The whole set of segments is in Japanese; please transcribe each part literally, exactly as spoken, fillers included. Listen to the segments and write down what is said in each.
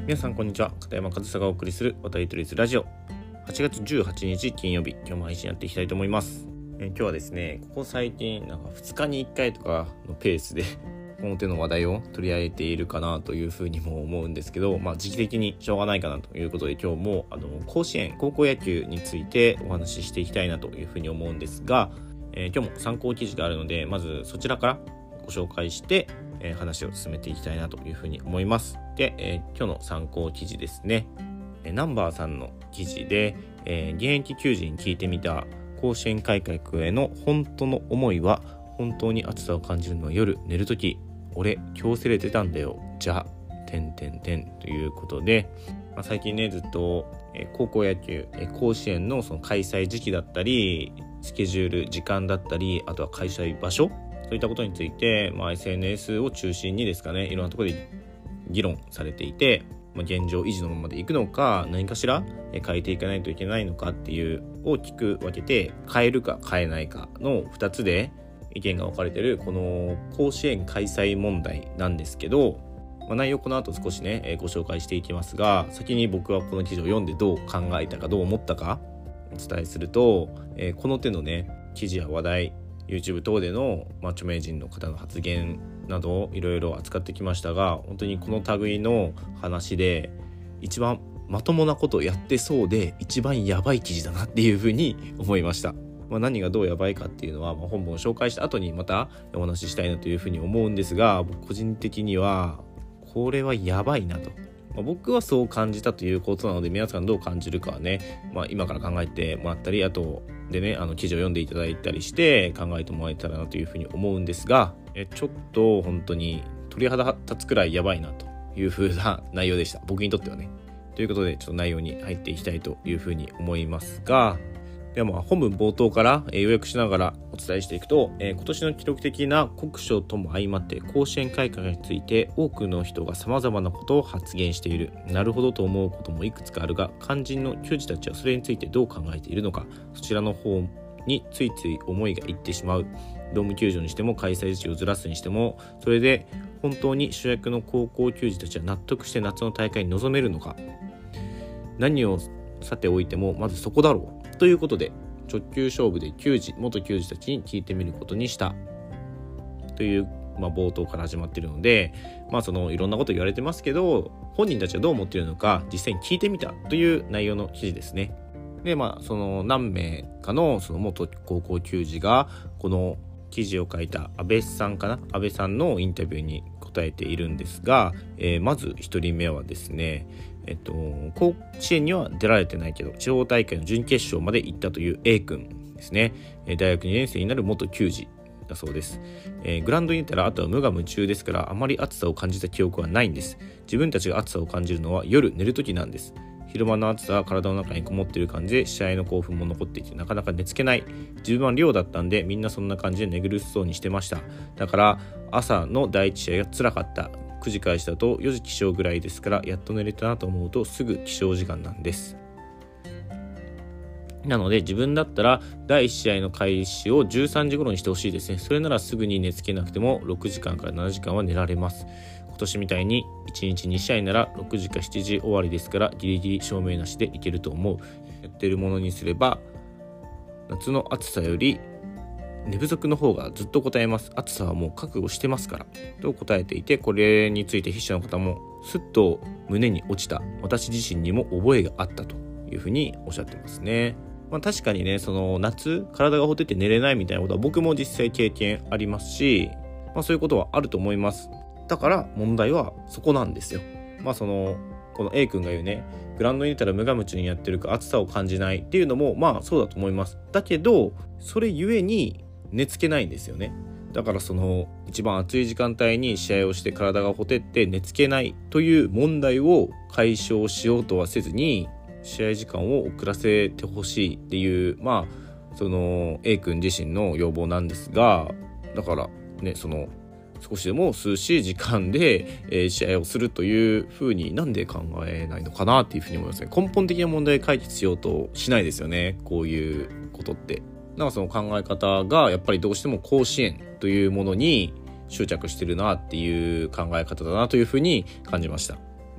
皆さんこんにちは。片山和沙がお送りする渡りとりずラジオ、はちがつじゅうはちにち金曜日、今日も配信やっていきたいと思います。えー、今日はですね、ここ最近なんかふつかにいっかいとかのペースでこの手の話題を取り上げているかなというふうにも思うんですけど、まあ時期的にしょうがないかなということで、今日もあの甲子園高校野球についてお話ししていきたいなというふうに思うんですが、えー、今日も参考記事があるので、まずそちらからご紹介してえー、話を進めていきたいなというふうに思います。で、えー、今日の参考記事ですね、えー、ナンバーさんの記事で、えー、現役球児に聞いてみた甲子園改革への本当の思いは、本当に暑さを感じるのは夜寝るとき、俺今日せれてたんだよじゃてんてんてんということで、まあ、最近ねずっと、えー、高校野球、えー、甲子園のその開催時期だったりスケジュール時間だったり、あとは開催場所、そういったことについて、まあ、エスエヌエス を中心にですかね、いろんなところで議論されていて、まあ、現状維持のままでいくのか、何かしら変えていかないといけないのかっていう大きく分けて、変えるか変えないかのふたつで意見が分かれているこの甲子園開催問題なんですけど、まあ、内容この後少しねご紹介していきますが、先に僕はこの記事を読んでどう考えたかどう思ったかお伝えすると、えー、この手のね記事や話題、YouTube 等での、まあ、著名人の方の発言などいろいろ扱ってきましたが、本当にこの類の話で一番まともなことをやってそうで一番やばい記事だなっていうふうに思いました。まあ、何がどうやばいかっていうのは、まあ、本文を紹介した後にまたお話ししたいなというふうに思うんですが、僕個人的にはこれはやばいなと、まあ、僕はそう感じたということなので、皆さんどう感じるかはね、まあ、今から考えてもらったり、あとでねあの記事を読んでいただいたりして考えてもらえたらなというふうに思うんですが、えちょっと本当に鳥肌立つくらいやばいなというふうな内容でした、僕にとってはね。ということでちょっと内容に入っていきたいというふうに思いますが、ではまあ本文冒頭から、えー、要約しながらお伝えしていくと、えー、今年の記録的な酷暑とも相まって甲子園改革について多くの人が様々なことを発言している。なるほどと思うこともいくつかあるが、肝心の球児たちはそれについてどう考えているのか、そちらの方についつい思いがいってしまう。ドーム球場にしても開催時期をずらすにしても、それで本当に主役の高校球児たちは納得して夏の大会に臨めるのか、何をさておいてもまずそこだろうということで、直球勝負で球児元球児たちに聞いてみることにしたという、まあ、冒頭から始まっているので、まあそのいろんなこと言われてますけど、本人たちはどう思っているのか実際に聞いてみたという内容の記事ですね。でまあその何名かのその元高校球児がこの記事を書いた安倍さんかな安倍さんのインタビューに答えているんですが、えー、まずひとりめはですね、えっと、甲子園には出られてないけど地方大会の準決勝まで行ったという A 君ですね。大学にねん生になる元球児だそうです。えー、グラウンドにいたらあとは無我夢中ですから、あまり暑さを感じた記憶はないんです。自分たちが暑さを感じるのは夜寝るときなんです。昼間の暑さは体の中にこもっている感じで、試合の興奮も残っていてなかなか寝つけない。自分は寮だったんでみんなそんな感じで寝苦しそうにしてました。だから朝の第一試合が辛かった。くじ開始だとよじ起床ぐらいですから、やっと寝れたなと思うとすぐ起床時間なんです。なので自分だったらだいいち試合の開始をじゅうさんじ頃にしてほしいですね。それならすぐに寝つけなくてもろくじかんからななじかんは寝られます。今年みたいにいちにちに試合ならろくじかしちじ終わりですから、ギリギリ照明なしでいけると思う。やってるものにすれば夏の暑さより寝不足の方がずっと答えます。暑さはもう覚悟してますからと答えていて、これについて筆者の方もすっと胸に落ちた、私自身にも覚えがあったというふうにおっしゃってますね。まあ、確かにねその夏体がほてって寝れないみたいなことは僕も実際経験ありますし、まあ、そういうことはあると思います。だから問題はそこなんですよ。まあそのこの A 君が言うね、グラウンドにいたら無我夢中にやってるか暑さを感じないっていうのもまあそうだと思います。だけどそれゆえに寝つけないんですよね。だからその一番暑い時間帯に試合をして体がほてって寝つけないという問題を解消しようとはせずに、試合時間を遅らせてほしいっていうまあその A 君自身の要望なんですが、だからねその少しでも涼しい時間で、えー、試合をするというふうになんで考えないのかなっていうふうに思いますね。根本的な問題解決しようとしないですよね、こういうことって。なんかその考え方がやっぱりどうしても甲子園というものに執着してるなっていう考え方だなというふうに感じました。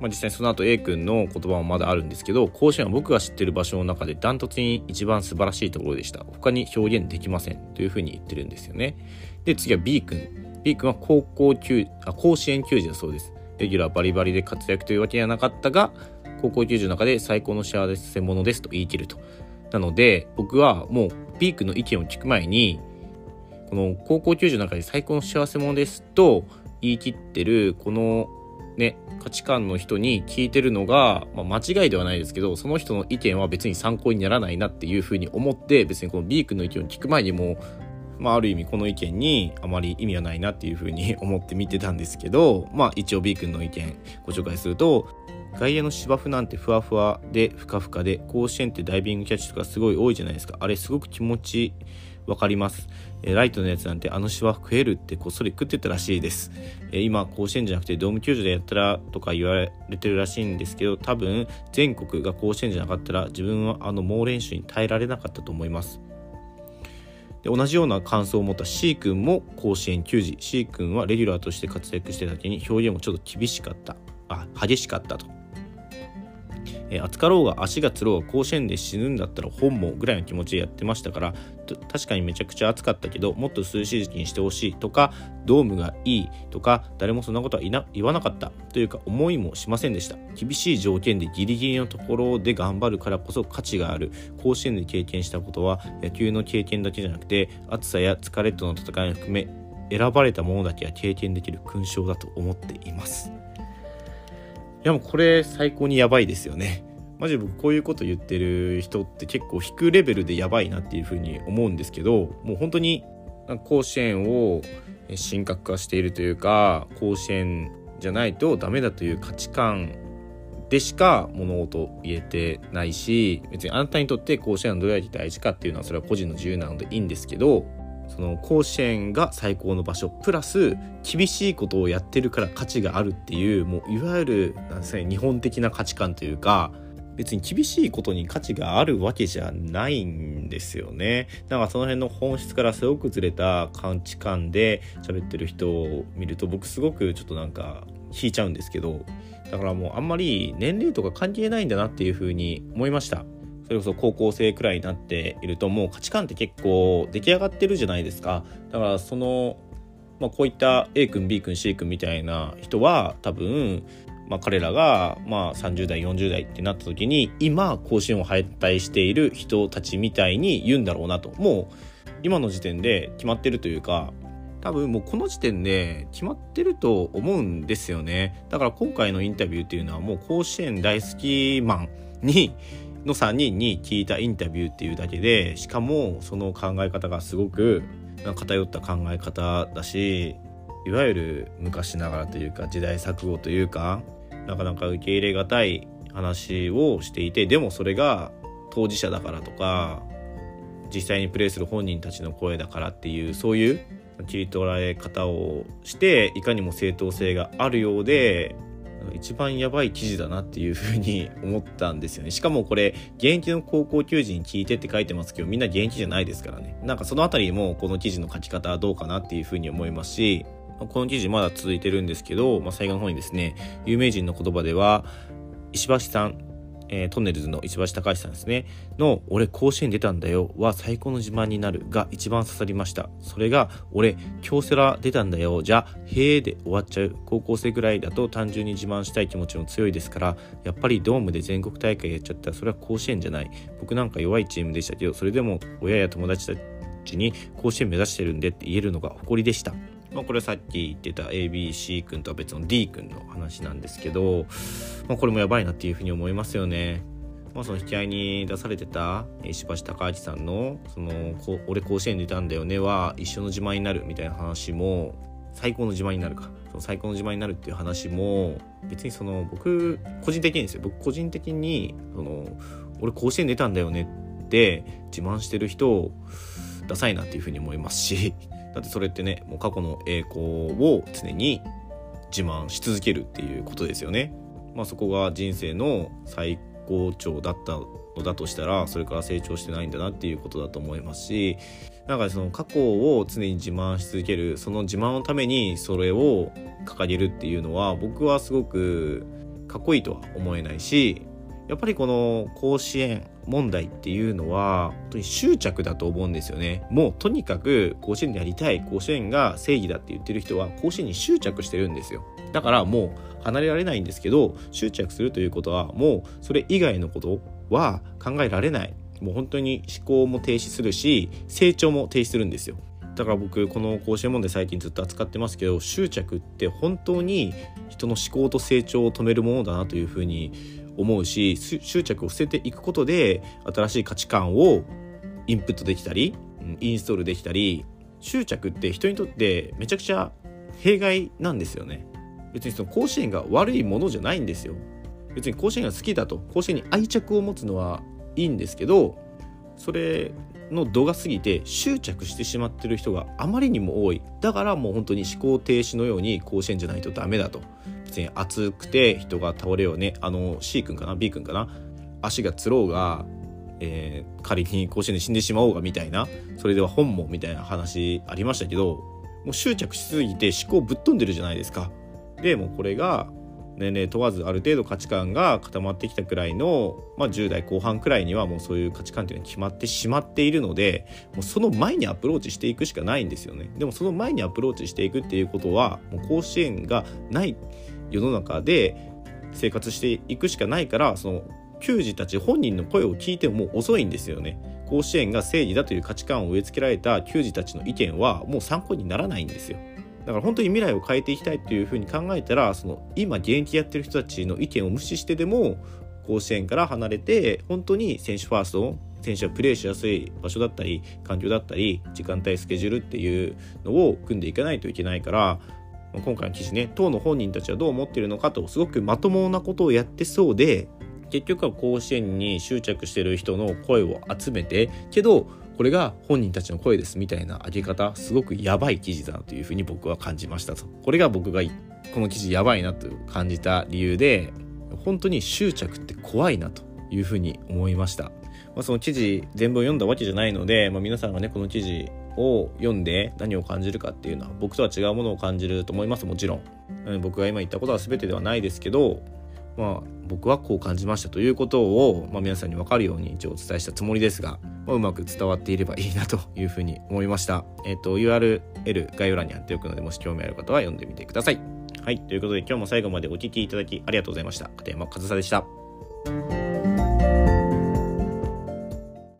まあ、実際その後 A 君の言葉もまだあるんですけど、甲子園は僕が知ってる場所の中でダントツに一番素晴らしいところでした。他に表現できませんというふうに言ってるんですよね。で次は B 君 B 君は高校球あ甲子園球児だそうです。レギュラーバリバリで活躍というわけではなかったが、高校球児の中で最高の幸せ者ですと言い切ると。なので僕はもう B 君の意見を聞く前に、この高校球児の中で最高の幸せ者ですと言い切ってるこのね、価値観の人に聞いてるのが、まあ、間違いではないですけど、その人の意見は別に参考にならないなっていうふうに思って、別にこの B 君の意見を聞く前にも、まあ、ある意味この意見にあまり意味はないなっていうふうに思って見てたんですけど、まあ一応 B 君の意見ご紹介すると、外野の芝生なんてふわふわでふかふかで、甲子園ってダイビングキャッチとかすごい多いじゃないですか。あれすごく気持ちわかります。ライトのやつなんてあの芝生食えるってこっそり食ってたらしいです。今甲子園じゃなくてドーム球場でやったらとか言われてるらしいんですけど、多分全国が甲子園じゃなかったら自分はあの猛練習に耐えられなかったと思います。で同じような感想を持った C 君も甲子園球児。 C 君はレギュラーとして活躍してただけに表現もちょっと厳しかったあ激しかったと。えー、暑かろうが足がつろうが甲子園で死ぬんだったら本望ぐらいの気持ちでやってましたから、確かにめちゃくちゃ暑かったけどもっと涼しい時期にしてほしいとか、ドームがいいとか誰もそんなことはいな言わなかったというか、思いもしませんでした。厳しい条件でギリギリのところで頑張るからこそ価値がある。甲子園で経験したことは野球の経験だけじゃなくて、暑さや疲れとの戦いを含め選ばれたものだけが経験できる勲章だと思っています。いやもうこれ最高にやばいですよね。マジで僕こういうこと言ってる人って結構低レベルでやばいなっていう風に思うんですけど、もう本当に甲子園を神格化しているというか、甲子園じゃないとダメだという価値観でしか物事言えてないし、別にあなたにとって甲子園がどれだけ大事かっていうのはそれは個人の自由なのでいいんですけど、その甲子園が最高の場所プラス厳しいことをやってるから価値があるっていう、もういわゆるなんですね、日本的な価値観というか、別に厳しいことに価値があるわけじゃないんですよね。だからその辺の本質からすごくずれた価値観で喋ってる人を見ると、僕すごくちょっとなんか引いちゃうんですけど、だからもうあんまり年齢とか関係ないんだなっていうふうに思いました。それこそ高校生くらいになっていると、もう価値観って結構出来上がってるじゃないですか。だからその、まあ、こういった A 君 B 君 C 君みたいな人は多分、まあ、彼らがまあさんじゅう代よんじゅう代ってなった時に、今甲子園を敗退している人たちみたいに言うんだろうなと。もう今の時点で決まってるというか、多分もうこの時点で決まってると思うんですよね。だから今回のインタビューっていうのはもう甲子園大好きマンにのさんにんに聞いたインタビューっていうだけで、しかもその考え方がすごく偏った考え方だし、いわゆる昔ながらというか時代錯誤というか、なかなか受け入れがたい話をしていて、でもそれが当事者だからとか実際にプレイする本人たちの声だからっていう、そういう切り取られ方をして、いかにも正当性があるようで一番やばい記事だなっていうふうに思ったんですよね。しかもこれ現役の高校球児に聞いてって書いてますけど、みんな現役じゃないですからね。なんかそのあたりもこの記事の書き方はどうかなっていうふうに思いますし、この記事まだ続いてるんですけど、まあ、最後の方にですね、有名人の言葉では石橋さん、えー、トンネルズの石橋貴明さんですねの俺甲子園出たんだよは最高の自慢になるが一番刺さりました。それが俺京セラ出たんだよじゃへーで終わっちゃう。高校生ぐらいだと単純に自慢したい気持ちも強いですから、やっぱりドームで全国大会やっちゃったらそれは甲子園じゃない。僕なんか弱いチームでしたけど、それでも親や友達たちに甲子園目指してるんでって言えるのが誇りでした。まあ、これさっき言ってた エービーシー 君とは別の D 君の話なんですけど、まあ、これもやばいなっていうふうに思いますよね。まあ、その引き合いに出されてた石橋貴明さんのその俺甲子園出たんだよねは一緒の自慢になるみたいな話も、最高の自慢になるか、その最高の自慢になるっていう話も別にその僕個人的にですよ、僕個人的にその俺甲子園出たんだよねって自慢してる人ダサいなっていうふうに思いますし、だってそれってね、もう過去の栄光を常に自慢し続けるっていうことですよね。まあそこが人生の最高潮だったのだとしたら、それから成長してないんだなっていうことだと思いますし、なんかその過去を常に自慢し続ける、その自慢のためにそれを掲げるっていうのは僕はすごくかっこいいとは思えないし、やっぱりこの甲子園問題っていうのは本当に執着だと思うんですよね。もうとにかく甲子園でやりたい、甲子園が正義だって言ってる人は甲子園に執着してるんですよ。だからもう離れられないんですけど、執着するということはもうそれ以外のことは考えられない。もう本当に思考も停止するし、成長も停止するんですよ。だから僕この甲子園問題最近ずっと扱ってますけど、執着って本当に人の思考と成長を止めるものだなというふうに思うし、執着を捨てていくことで新しい価値観をインプットできたりインストールできたり、執着って人にとってめちゃくちゃ弊害なんですよね。別にその甲子園が悪いものじゃないんですよ。別に甲子園が好きだと、甲子園に愛着を持つのはいいんですけど、それの度が過ぎて執着してしまってる人があまりにも多い。だからもう本当に思考停止のように甲子園じゃないとダメだと。別に暑くて人が倒れようね、あの C 君かな B 君かな、足がつろうが、えー、仮に甲子園で死んでしまおうがみたいな、それでは本望みたいな話ありましたけど、もう執着しすぎて思考ぶっ飛んでるじゃないですか。でもうこれが年齢問わずある程度価値観が固まってきたくらいの、まあ、じゅう代後半くらいにはもうそういう価値観っていうのが決まってしまっているので、もうその前にアプローチしていくしかないんですよね。でもその前にアプローチしていくっていうことはもう甲子園がない世の中で生活していくしかないから、その球児たち本人の声を聞いてももう遅いんですよね。甲子園が正義だという価値観を植え付けられた球児たちの意見はもう参考にならないんですよ。だから本当に未来を変えていきたいっていうふうに考えたら、その今現役やってる人たちの意見を無視してでも甲子園から離れて、本当に選手ファースト、選手がプレーしやすい場所だったり環境だったり時間帯スケジュールっていうのを組んでいかないといけないから、今回の記事ね、当の本人たちはどう思っているのかと、すごくまともなことをやってそうで、結局は甲子園に執着している人の声を集めて、けどこれが本人たちの声ですみたいな上げ方、すごくやばい記事だなというふうに僕は感じましたと。これが僕がこの記事やばいなと感じた理由で、本当に執着って怖いなというふうに思いました。まあ、その記事全部読んだわけじゃないので、まあ、皆さんがねこの記事を読んで何を感じるかっていうのは僕とは違うものを感じると思います。もちろん僕が今言ったことは全てではないですけど、まあ僕はこう感じましたということを、まあ、皆さんに分かるように一応お伝えしたつもりですが、まあ、うまく伝わっていればいいなというふうに思いました。えっと ユーアールエル 概要欄に貼っておくので、もし興味ある方は読んでみてください。はい、ということで今日も最後までお聞きいただきありがとうございました。片山和沙でした。